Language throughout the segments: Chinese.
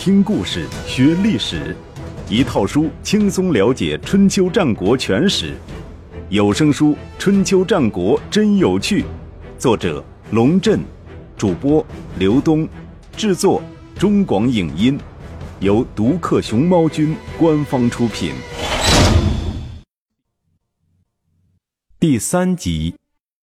听故事学历史，一套书轻松了解春秋战国全史。有声书《春秋战国真有趣》，作者龙震，主播刘东，制作中广影音，由独克熊猫君官方出品。第3集，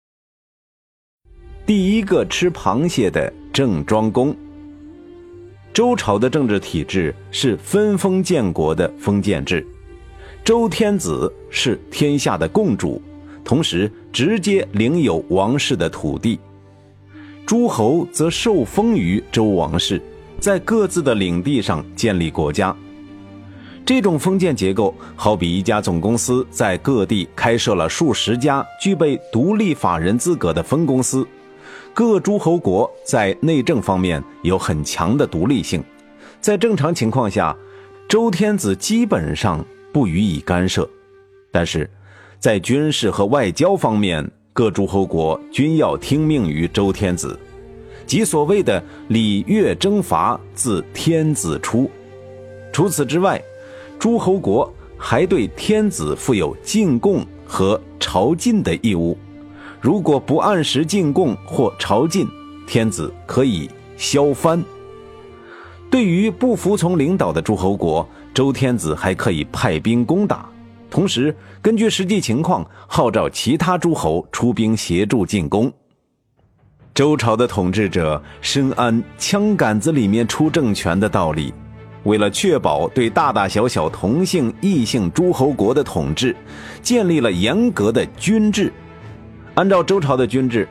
第一个吃螃蟹的郑庄公。周朝的政治体制是分封建国的封建制，周天子是天下的共主，同时直接领有王室的土地，诸侯则受封于周王室，在各自的领地上建立国家。这种封建结构好比一家总公司在各地开设了数十家具备独立法人资格的分公司，各诸侯国在内政方面有很强的独立性，在正常情况下，周天子基本上不予以干涉。但是在军事和外交方面，各诸侯国均要听命于周天子，即所谓的礼乐征伐自天子出。除此之外，诸侯国还对天子负有进贡和朝觐的义务，如果不按时进贡或朝觐，天子可以削藩。对于不服从领导的诸侯国，周天子还可以派兵攻打，同时根据实际情况号召其他诸侯出兵协助进攻。周朝的统治者深谙枪杆子里面出政权的道理，为了确保对大大小小同姓异姓诸侯国的统治，建立了严格的军制。按照周朝的军制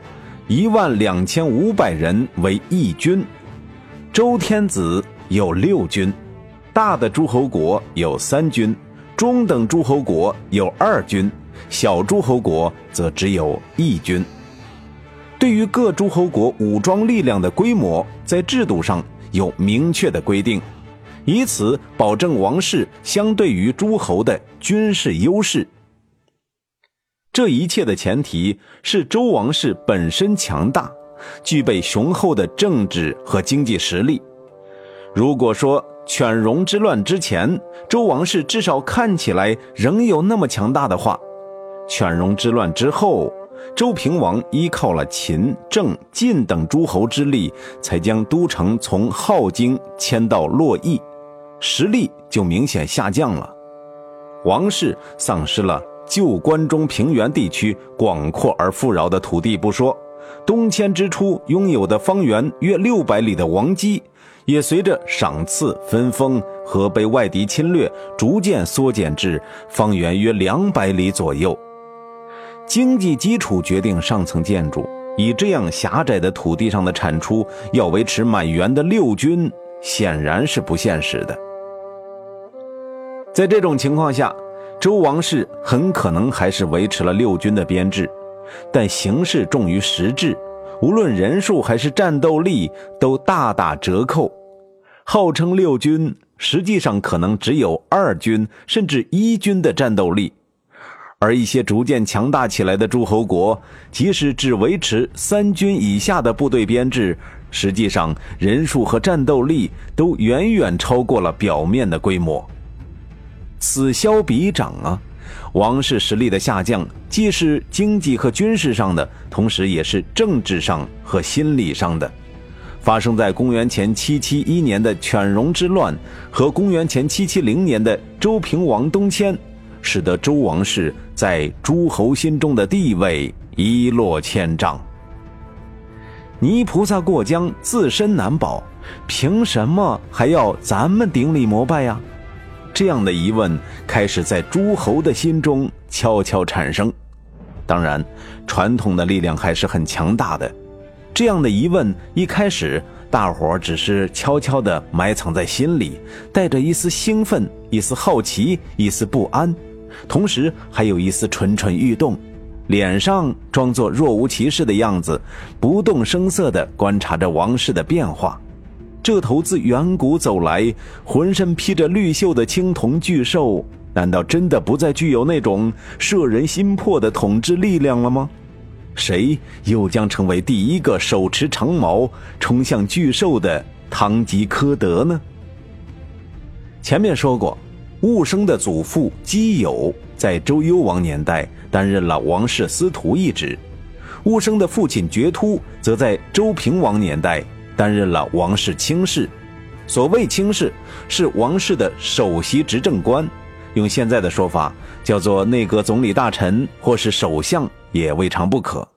，12500人为一军，周天子有6军，大的诸侯国有3军，中等诸侯国有2军，小诸侯国则只有1军。对于各诸侯国武装力量的规模，在制度上有明确的规定，以此保证王室相对于诸侯的军事优势。这一切的前提是周王室本身强大，具备雄厚的政治和经济实力。如果说犬戎之乱之前，周王室至少看起来仍有那么强大的话，犬戎之乱之后，周平王依靠了秦、郑、晋等诸侯之力，才将都城从镐京迁到洛邑，实力就明显下降了。王室丧失了旧关中平原地区广阔而富饶的土地不说，东迁之初拥有的方圆约600里的王畿，也随着赏赐、分封和被外敌侵略逐渐缩减至方圆约200里左右。经济基础决定上层建筑，以这样狭窄的土地上的产出要维持满员的6军，显然是不现实的。在这种情况下，周王室很可能还是维持了6军的编制，但形势重于实质，无论人数还是战斗力都大打折扣。号称6军，实际上可能只有2军甚至1军的战斗力。而一些逐渐强大起来的诸侯国，即使只维持3军以下的部队编制，实际上人数和战斗力都远远超过了表面的规模。此消彼长啊，王室实力的下降既是经济和军事上的，同时也是政治上和心理上的。发生在公元前771年的犬戎之乱和公元前770年的周平王东迁，使得周王室在诸侯心中的地位一落千丈。泥菩萨过江，自身难保，凭什么还要咱们顶礼膜拜呀？这样的疑问开始在诸侯的心中悄悄产生。当然，传统的力量还是很强大的。这样的疑问一开始，大伙只是悄悄地埋藏在心里，带着一丝兴奋，一丝好奇，一丝不安，同时还有一丝蠢蠢欲动，脸上装作若无其事的样子，不动声色地观察着王室的变化。这头自远古走来，浑身披着绿袖的青铜巨兽，难道真的不再具有那种摄人心魄的统治力量了吗？谁又将成为第一个手持长矛冲向巨兽的堂吉诃德呢？ 前面说过，寤生的祖父姬友在周幽王年代担任了王室司徒一职，寤生的父亲觉突则在周平王年代担任了王室卿士。所谓卿士，是王室的首席执政官，用现在的说法叫做内阁总理大臣或是首相也未尝不可。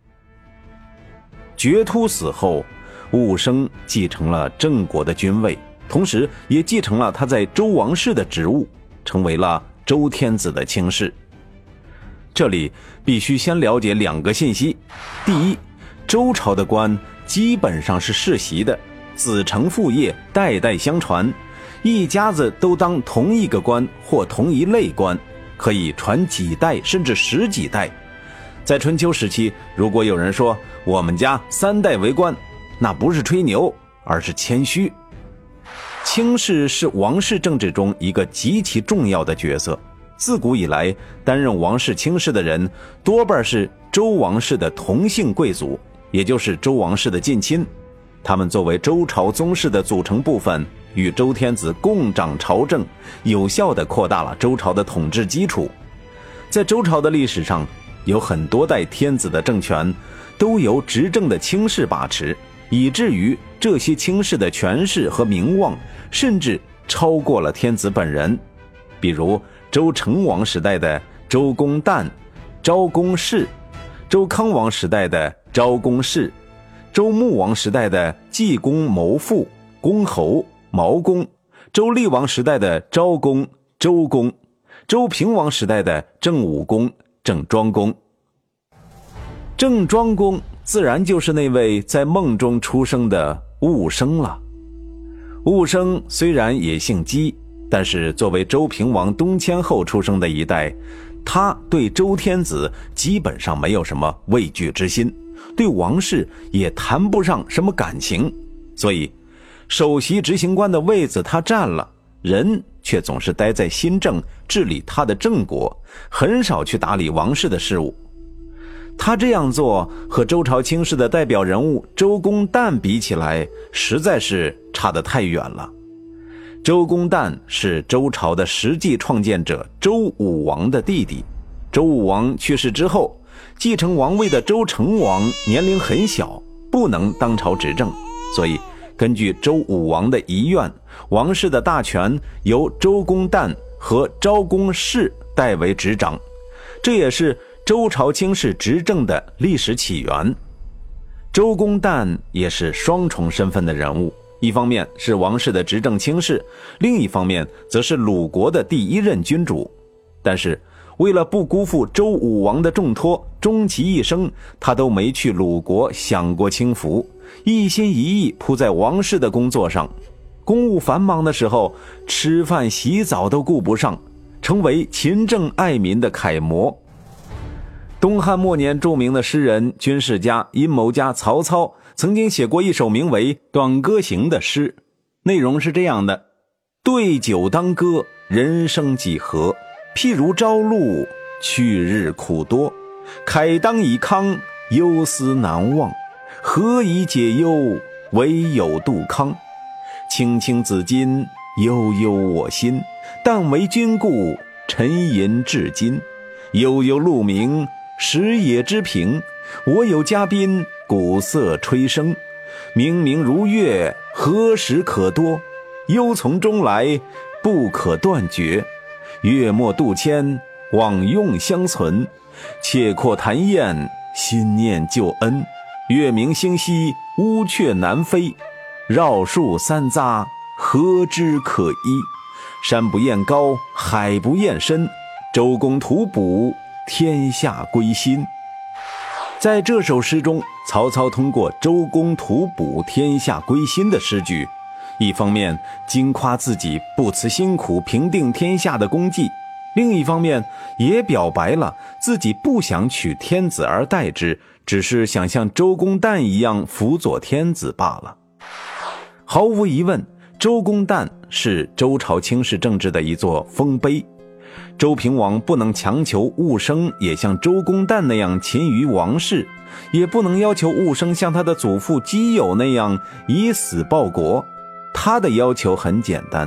觉突死后，寤生继承了郑国的君位，同时也继承了他在周王室的职务，成为了周天子的卿士。这里必须先了解2个信息。第一，周朝的官基本上是世袭的，子承父业，代代相传，一家子都当同一个官或同一类官，可以传几代甚至10几代。在春秋时期，如果有人说我们家3代为官，那不是吹牛，而是谦虚。卿士是王室政治中一个极其重要的角色，自古以来担任王室卿士的人多半是周王室的同姓贵族，也就是周王室的近亲。他们作为周朝宗室的组成部分，与周天子共掌朝政，有效地扩大了周朝的统治基础。在周朝的历史上，有很多代天子的政权都由执政的卿士把持，以至于这些卿士的权势和名望甚至超过了天子本人。比如周成王时代的周公旦、昭公氏，周康王时代的昭公氏，周穆王时代的季公谋父、公侯、毛公，周厉王时代的昭公、周公，周平王时代的郑武公、郑庄公。郑庄公自然就是那位在梦中出生的寤生了。寤生虽然也姓姬，但是作为周平王东迁后出生的一代，他对周天子基本上没有什么畏惧之心，对王室也谈不上什么感情，所以首席执行官的位子他占了，人却总是待在新政治理他的郑国，很少去打理王室的事务。他这样做和周朝卿士的代表人物周公旦比起来，实在是差得太远了。周公旦是周朝的实际创建者周武王的弟弟。周武王去世之后，继承王位的周成王年龄很小，不能当朝执政，所以根据周武王的遗愿，王室的大权由周公旦和昭公氏代为执掌，这也是周朝卿士执政的历史起源。周公旦也是双重身份的人物，一方面是王室的执政卿士，另一方面则是鲁国的第1任君主。但是为了不辜负周武王的重托，终其一生他都没去鲁国享过清福，一心一意扑在王室的工作上，公务繁忙的时候吃饭洗澡都顾不上，成为勤政爱民的楷模。东汉末年著名的诗人、军事家、阴谋家曹操曾经写过一首名为《短歌行》的诗，内容是这样的：对酒当歌，人生几何，譬如朝露，去日苦多。慨当以慷，忧思难忘，何以解忧，唯有杜康。青青子衿，悠悠我心，但为君故，沉吟至今。悠悠鹿鸣，食野之苹，我有嘉宾，鼓瑟吹笙。明明如月，何时可多？忧从中来，不可断绝。月末度迁，往用相存。切阔谈宴，心念旧恩。月明星稀，乌鹊南飞。绕树三匝，何枝可依？山不厌高，海不厌深。周公吐哺，天下归心。在这首诗中，曹操通过周公吐哺，天下归心的诗句，一方面惊夸自己不辞辛苦平定天下的功绩，另一方面也表白了自己不想取天子而代之，只是想像周公旦一样辅佐天子罢了。毫无疑问，周公旦是周朝卿士政治的一座丰碑。周平王不能强求寤生也像周公旦那样勤于王室，也不能要求寤生像他的祖父姬友那样以死报国。他的要求很简单，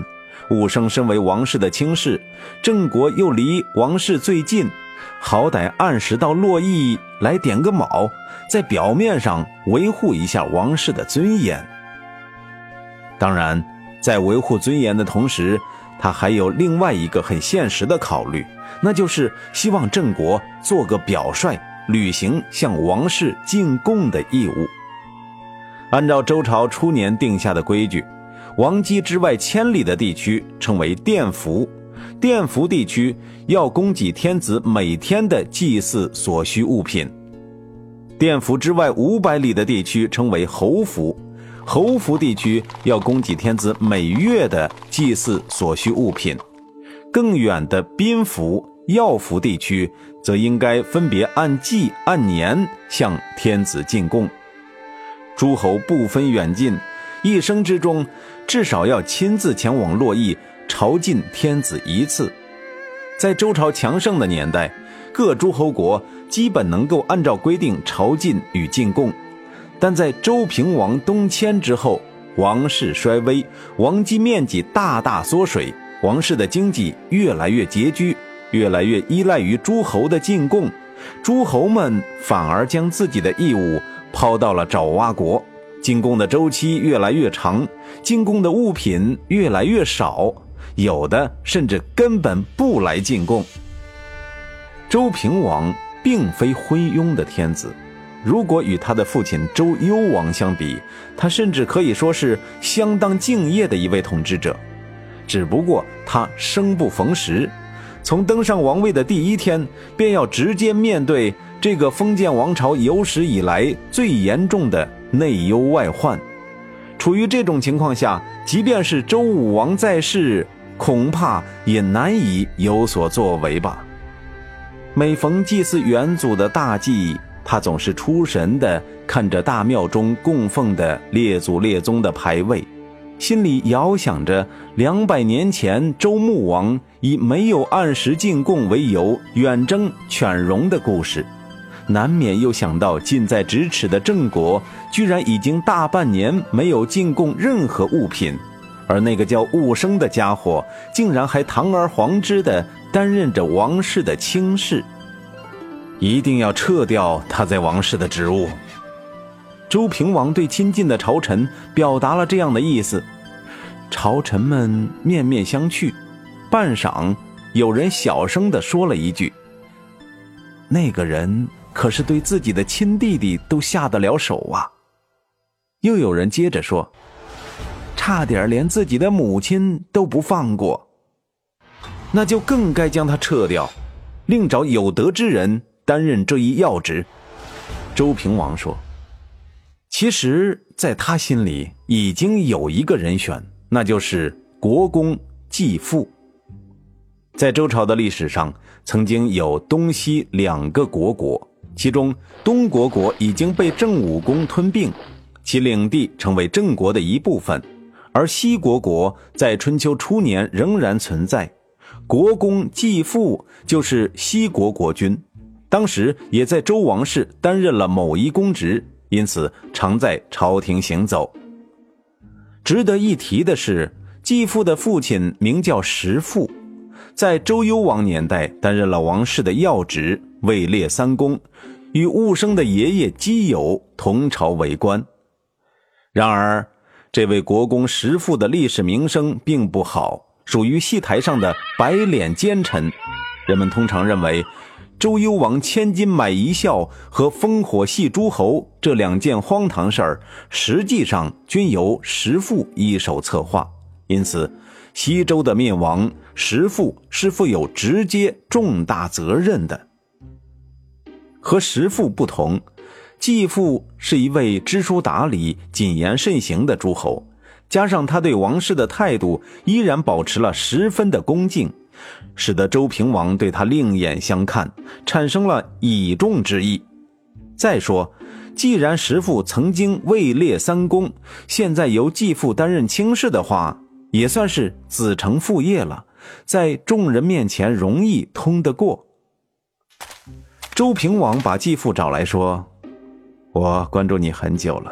武生身为王室的亲事，郑国又离王室最近，好歹按时到洛邑来点个卯，在表面上维护一下王室的尊严。当然，在维护尊严的同时，他还有另外一个很现实的考虑，那就是希望郑国做个表率，履行向王室进贡的义务。按照周朝初年定下的规矩，王畿之外千里的地区称为甸服，甸服地区要供给天子每天的祭祀所需物品。甸服之外500里的地区称为侯服，侯服地区要供给天子每月的祭祀所需物品。更远的宾服、药服地区则应该分别按季按年向天子进贡。诸侯不分远近，一生之中至少要亲自前往洛邑朝觐天子一次。在周朝强盛的年代，各诸侯国基本能够按照规定朝觐与进贡，但在周平王东迁之后，王室衰微，王畿面积大大缩水，王室的经济越来越拮据，越来越依赖于诸侯的进贡，诸侯们反而将自己的义务抛到了爪哇国，进贡的周期越来越长，进贡的物品越来越少，有的甚至根本不来进贡。周平王并非昏庸的天子，如果与他的父亲周幽王相比，他甚至可以说是相当敬业的一位统治者。只不过他生不逢时，从登上王位的第一天便要直接面对这个封建王朝有史以来最严重的内忧外患。处于这种情况下，即便是周武王在世，恐怕也难以有所作为吧。每逢祭祀元祖的大祭，他总是出神地看着大庙中供奉的列祖列宗的牌位，心里遥想着200年前周穆王以没有按时进贡为由远征犬戎的故事，难免又想到近在咫尺的郑国居然已经大半年没有进贡任何物品，而那个叫寤生的家伙竟然还堂而皇之地担任着王室的卿士，一定要撤掉他在王室的职务。周平王对亲近的朝臣表达了这样的意思，朝臣们面面相觑，半晌有人小声地说了一句：那个人可是对自己的亲弟弟都下得了手啊。又有人接着说，差点连自己的母亲都不放过，那就更该将他撤掉，另找有德之人担任这一要职。周平王说，其实在他心里已经有一个人选，那就是国公季父。在周朝的历史上，曾经有东西2个国，其中东国已经被郑武公吞并，其领地成为郑国的一部分，而西国在春秋初年仍然存在。国公季父就是西国君，当时也在周王室担任了某一公职，因此常在朝廷行走。值得一提的是，季父的父亲名叫石父，在周幽王年代担任了王室的要职，位列3公，与寤生的爷爷姬友同朝为官。然而这位国公石父的历史名声并不好，属于戏台上的白脸奸臣。人们通常认为周幽王千金买一笑和烽火戏诸侯这2件荒唐事儿，实际上均由石父一手策划，因此西周的灭亡，石父是负有直接重大责任的。和石父不同，季父是一位知书达理、谨言慎行的诸侯，加上他对王室的态度依然保持了十分的恭敬，使得周平王对他另眼相看，产生了倚重之意。再说，既然石父曾经位列3公，现在由季父担任卿士的话，也算是子承父业了，在众人面前容易通得过。周平王把季父找来说，我关注你很久了，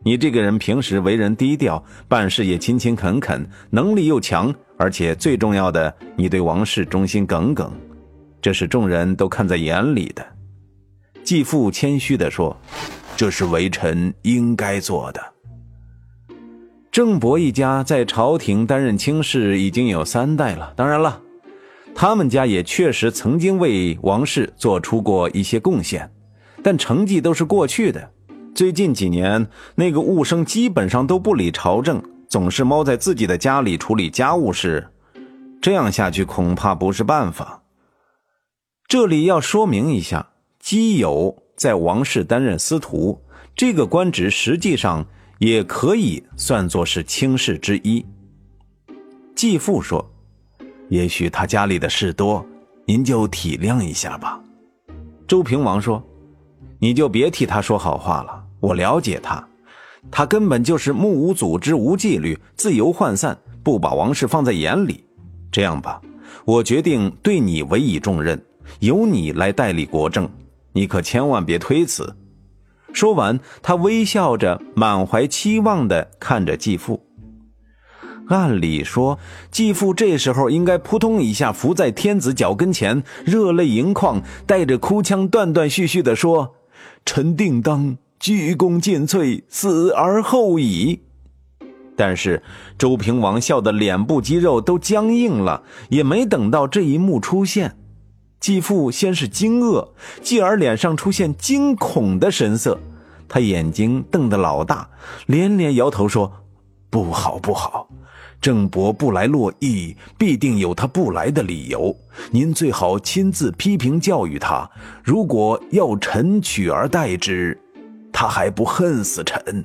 你这个人平时为人低调，办事也勤勤恳恳，能力又强，而且最重要的，你对王室忠心耿耿，这是众人都看在眼里的。继父谦虚地说，这是微臣应该做的。郑伯一家在朝廷担任卿士已经有3代了，当然了，他们家也确实曾经为王室做出过一些贡献，但成绩都是过去的。最近几年，那个务生基本上都不理朝政，总是猫在自己的家里处理家务事，这样下去恐怕不是办法。这里要说明一下，基友在王室担任司徒，这个官职实际上也可以算作是卿士之一。继父说，也许他家里的事多，您就体谅一下吧。周平王说，你就别替他说好话了，我了解他，他根本就是目无组织无纪律，自由涣散，不把王室放在眼里。这样吧，我决定对你委以重任，由你来代理国政，你可千万别推辞。说完，他微笑着满怀期望地看着继父。按理说，继父这时候应该扑通一下伏在天子脚跟前，热泪盈眶，带着哭腔断断续续地说，臣定当鞠躬尽瘁，死而后已。但是周平王笑得脸部肌肉都僵硬了，也没等到这一幕出现。继父先是惊愕，继而脸上出现惊恐的神色，他眼睛瞪得老大，连连摇头说，不好不好，郑伯不来洛邑，必定有他不来的理由，您最好亲自批评教育他，如果要臣取而代之，他还不恨死臣。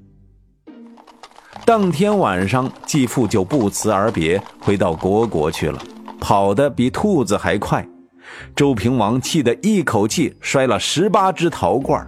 当天晚上，继父就不辞而别，回到国去了，跑得比兔子还快。周平王气得一口气摔了18只陶罐。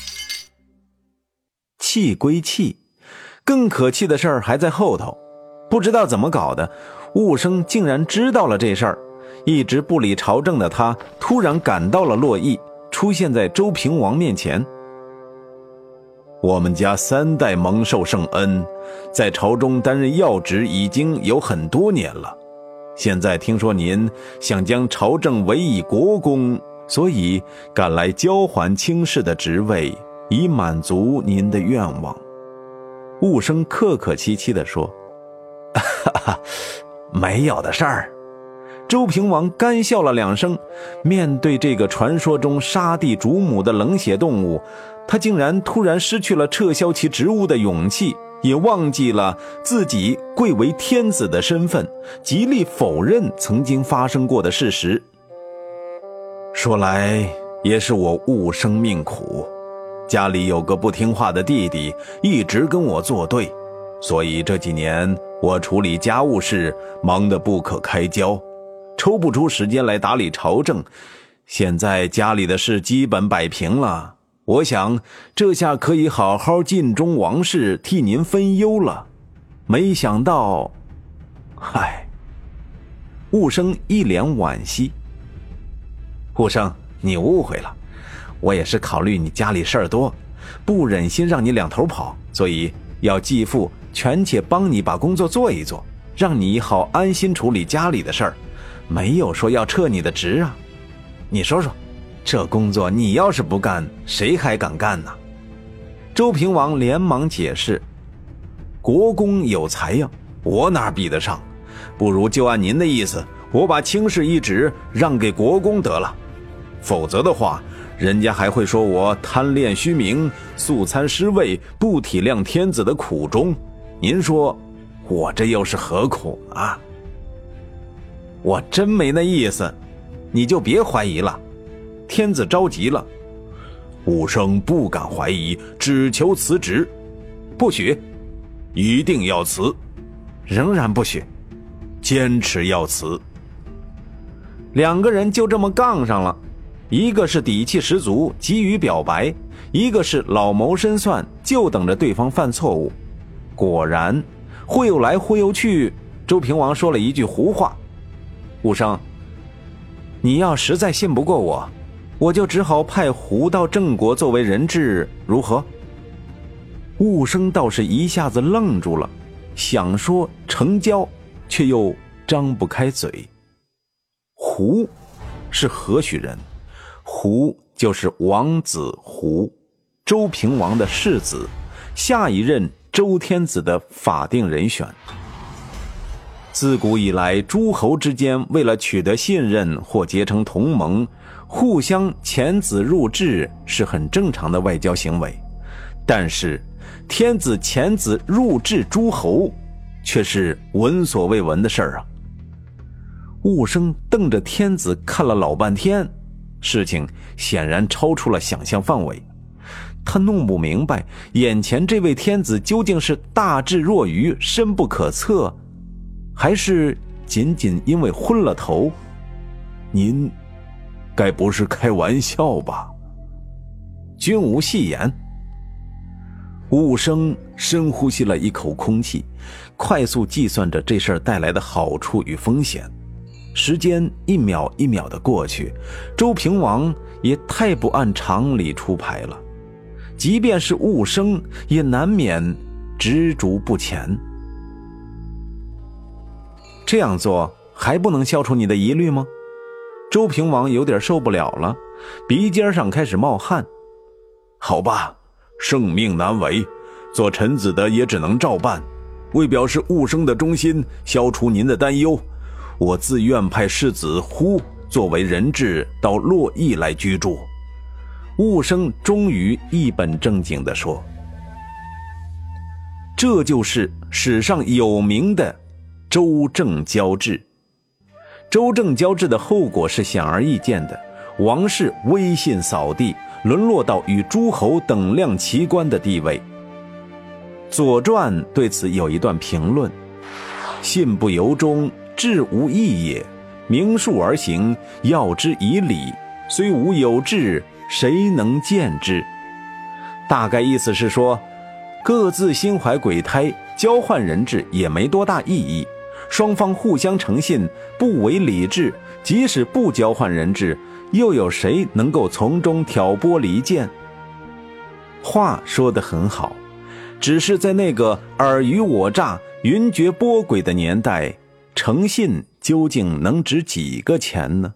气归气，更可气的事儿还在后头。不知道怎么搞的，务生竟然知道了这事儿，一直不理朝政的他突然赶到了洛邑，出现在周平王面前。我们家3代蒙受圣恩，在朝中担任要职已经有很多年了，现在听说您想将朝政委以国公，所以赶来交还卿士的职位，以满足您的愿望。务生客客气气地说，哈哈，没有的事儿。周平王干笑了2声，面对这个传说中杀地主母的冷血动物，他竟然突然失去了撤销其职务的勇气，也忘记了自己贵为天子的身份，极力否认曾经发生过的事实。说来也是我务生命苦，家里有个不听话的弟弟，一直跟我作对，所以这几年我处理家务事忙得不可开交，抽不出时间来打理朝政。现在家里的事基本摆平了，我想这下可以好好尽忠王室，替您分忧了。没想到，嗨。务生一脸惋惜。务生，你误会了，我也是考虑你家里事儿多，不忍心让你两头跑，所以要继父权且帮你把工作做一做，让你好安心处理家里的事儿，没有说要撤你的职啊。你说说，这工作你要是不干，谁还敢干呢？周平王连忙解释，国公有才呀，我哪比得上？不如就按您的意思，我把卿士一职让给国公得了，否则的话，人家还会说我贪恋虚名，素餐失位，不体谅天子的苦衷。您说我这又是何苦啊？我真没那意思，你就别怀疑了。天子着急了。务生不敢怀疑，只求辞职。不许，一定要辞。仍然不许，坚持要辞。2个人就这么杠上了，一个是底气十足，急于表白，一个是老谋深算，就等着对方犯错误。果然，忽悠来忽悠去，周平王说了一句胡话：务生，你要实在信不过我，我就只好派胡到郑国作为人质，如何？ 雾生倒是一下子愣住了，想说成交，却又张不开嘴。胡是何许人？胡就是王子胡，周平王的世子，下一任周天子的法定人选。自古以来，诸侯之间为了取得信任或结成同盟，互相遣子入质是很正常的外交行为。但是天子遣子入质诸侯却是闻所未闻的事儿啊！雾生瞪着天子看了老半天，事情显然超出了想象范围。他弄不明白眼前这位天子究竟是大智若愚，深不可测，还是仅仅因为昏了头。您该不是开玩笑吧？君无戏言。雾生深呼吸了一口空气，快速计算着这事儿带来的好处与风险。时间一秒一秒的过去，周平王也太不按常理出牌了，即便是雾生也难免执着不前。这样做还不能消除你的疑虑吗？周平王有点受不了了，鼻尖上开始冒汗。好吧，圣命难违，做臣子的也只能照办。为表示雾生的忠心，消除您的担忧，我自愿派世子呼作为人质到洛邑来居住。雾生终于一本正经地说，这就是史上有名的周正交质。周正交质的后果是显而易见的，王室威信扫地，沦落到与诸侯等量齐观的地位。左传对此有一段评论：信不由衷，志无义也，明述而行，要之以理，虽无有志，谁能见之？大概意思是说，各自心怀鬼胎，交换人质也没多大意义，双方互相诚信，不违礼制，即使不交换人质，又有谁能够从中挑拨离间？话说得很好，只是在那个尔虞我诈、云谲波诡的年代，诚信究竟能值几个钱呢？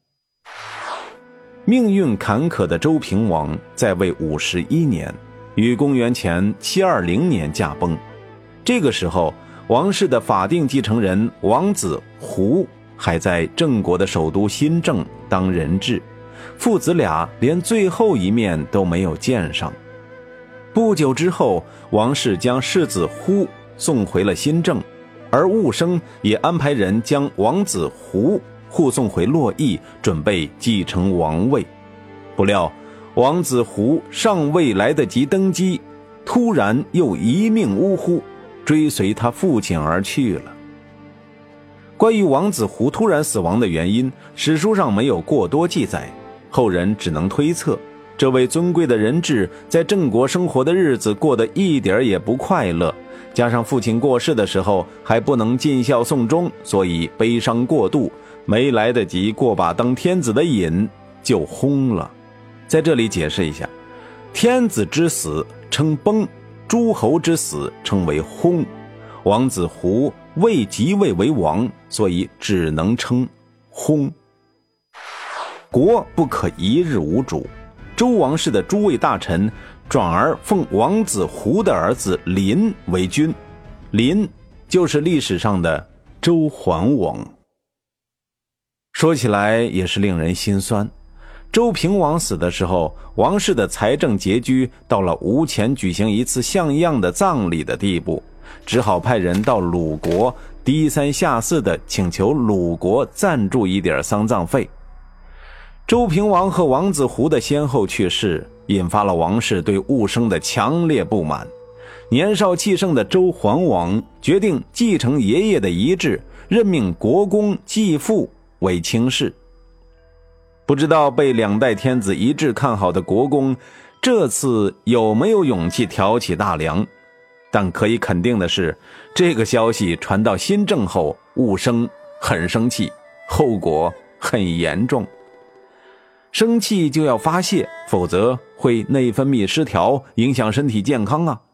命运坎坷的周平王在位51年，于公元前720年驾崩。这个时候，王室的法定继承人王子胡还在郑国的首都新郑当人质，父子俩连最后一面都没有见上。不久之后，王室将世子呼送回了新郑，而雾生也安排人将王子胡护送回洛邑，准备继承王位。不料王子胡尚未来得及登基，突然又一命呜呼，追随他父亲而去了。关于王子胡突然死亡的原因，史书上没有过多记载，后人只能推测，这位尊贵的人质在郑国生活的日子过得一点也不快乐，加上父亲过世的时候还不能尽孝送终，所以悲伤过度，没来得及过把当天子的瘾就轰了。在这里解释一下，天子之死称崩，诸侯之死称为轰。王子胡未即位为王，所以只能称轰。国不可一日无主，周王室的诸位大臣转而奉王子胡的儿子临为君，临就是历史上的周桓王。说起来也是令人心酸，周平王死的时候，王室的财政拮据到了无钱举行一次像样的葬礼的地步，只好派人到鲁国低三下四地请求鲁国赞助一点丧葬费。周平王和王子胡的先后去世，引发了王室对雾生的强烈不满。年少气盛的周桓王决定继承爷爷的遗志，任命国公继父为卿士。不知道被两代天子一致看好的国公，这次有没有勇气挑起大梁？但可以肯定的是，这个消息传到新郑后，雾生很生气，后果很严重。生气就要发泄，否则会内分泌失调，影响身体健康啊。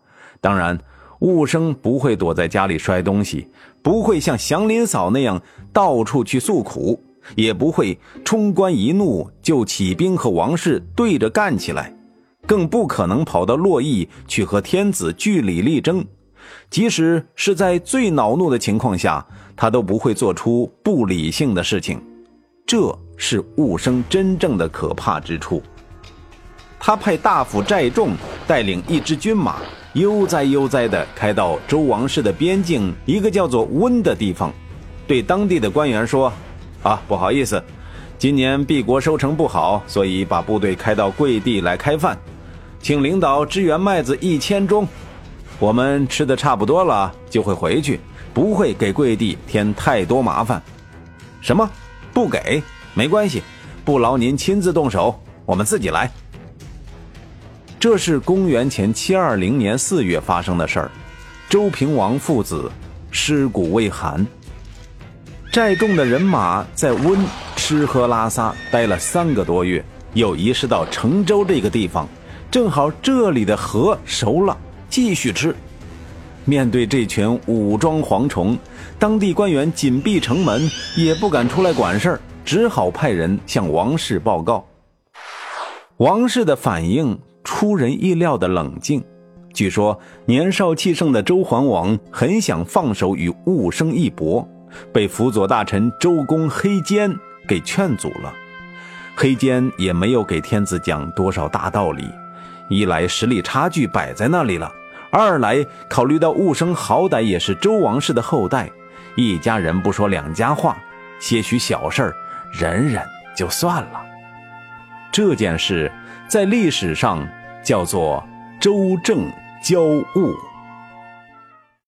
当然，务生不会躲在家里摔东西，不会像祥林嫂那样到处去诉苦，也不会冲冠一怒就起兵和王氏对着干起来，更不可能跑到洛邑去和天子据理力争。即使是在最恼怒的情况下，他都不会做出不理性的事情。这是务生真正的可怕之处。他派大夫寨仲带领一支军马，悠哉悠哉地开到周王室的边境一个叫做温的地方，对当地的官员说：不好意思，今年敝国收成不好，所以把部队开到贵地来开饭，请领导支援麦子1000钟，我们吃的差不多了就会回去，不会给贵地添太多麻烦。什么？不给？没关系，不劳您亲自动手，我们自己来。这是公元前720年4月发生的事儿，周平王父子尸骨未寒。寨众的人马在温吃喝拉撒待了3个多月，又移师到成州这个地方，正好这里的河熟了，继续吃。面对这群武装蝗虫，当地官员紧闭城门，也不敢出来管事儿，只好派人向王室报告。王室的反应出人意料的冷静，据说年少气盛的周桓王很想放手与务生一搏，被辅佐大臣周公黑坚给劝阻了。黑坚也没有给天子讲多少大道理，一来实力差距摆在那里了，二来考虑到务生好歹也是周王室的后代，一家人不说两家话，些许小事儿忍忍就算了。这件事在历史上叫做周正交恶。